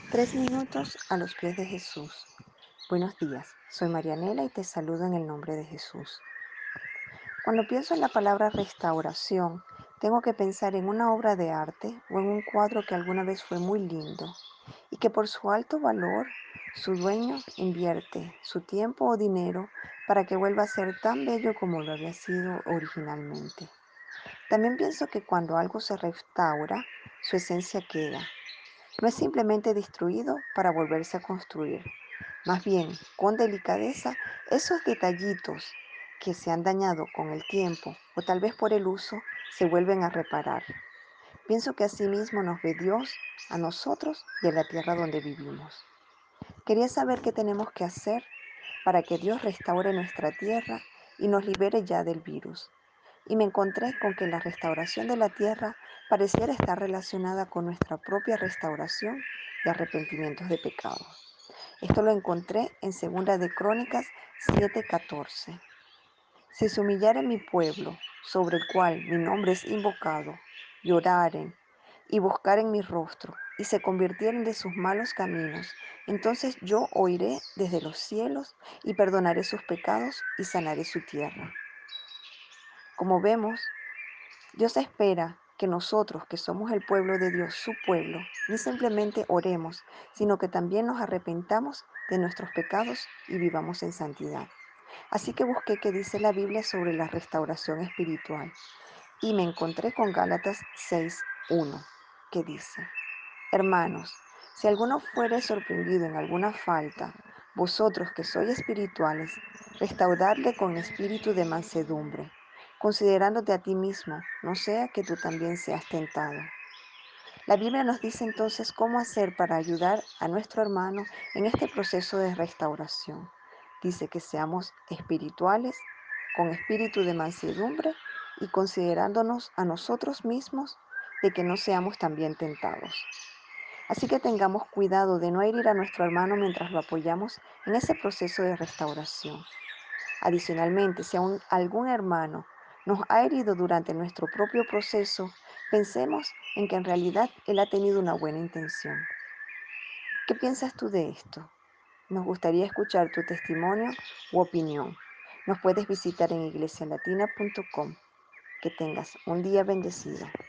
3 minutos a los pies de Jesús. Buenos días, soy Marianela y te saludo en el nombre de Jesús. Cuando pienso en la palabra restauración, tengo que pensar en una obra de arte o en un cuadro que alguna vez fue muy lindo y que por su alto valor, su dueño invierte su tiempo o dinero para que vuelva a ser tan bello como lo había sido originalmente. También pienso que cuando algo se restaura, su esencia queda. No es simplemente destruido para volverse a construir. Más bien, con delicadeza, esos detallitos que se han dañado con el tiempo o tal vez por el uso, se vuelven a reparar. Pienso que asimismo nos ve Dios a nosotros y a la tierra donde vivimos. Quería saber qué tenemos que hacer para que Dios restaure nuestra tierra y nos libere ya del virus. Y me encontré con que la restauración de la tierra pareciera estar relacionada con nuestra propia restauración y arrepentimientos de pecado. Esto lo encontré en 2 de Crónicas 7:14. Si se humillare mi pueblo, sobre el cual mi nombre es invocado, y oraren y buscaren mi rostro, y se convirtieren de sus malos caminos, entonces yo oiré desde los cielos y perdonaré sus pecados y sanaré su tierra. Como vemos, Dios espera que nosotros, que somos el pueblo de Dios, su pueblo, ni simplemente oremos, sino que también nos arrepentamos de nuestros pecados y vivamos en santidad. Así que busqué qué dice la Biblia sobre la restauración espiritual y me encontré con Gálatas 6:1, que dice: Hermanos, si alguno fuere sorprendido en alguna falta, vosotros que sois espirituales, restauradle con espíritu de mansedumbre, considerándote a ti mismo, no sea que tú también seas tentado. La Biblia nos dice entonces cómo hacer para ayudar a nuestro hermano en este proceso de restauración. Dice que seamos espirituales, con espíritu de mansedumbre y considerándonos a nosotros mismos de que no seamos también tentados. Así que tengamos cuidado de no herir a nuestro hermano mientras lo apoyamos en ese proceso de restauración. Adicionalmente, si algún hermano nos ha herido durante nuestro propio proceso, pensemos en que en realidad él ha tenido una buena intención. ¿Qué piensas tú de esto? Nos gustaría escuchar tu testimonio u opinión. Nos puedes visitar en iglesialatina.com. Que tengas un día bendecido.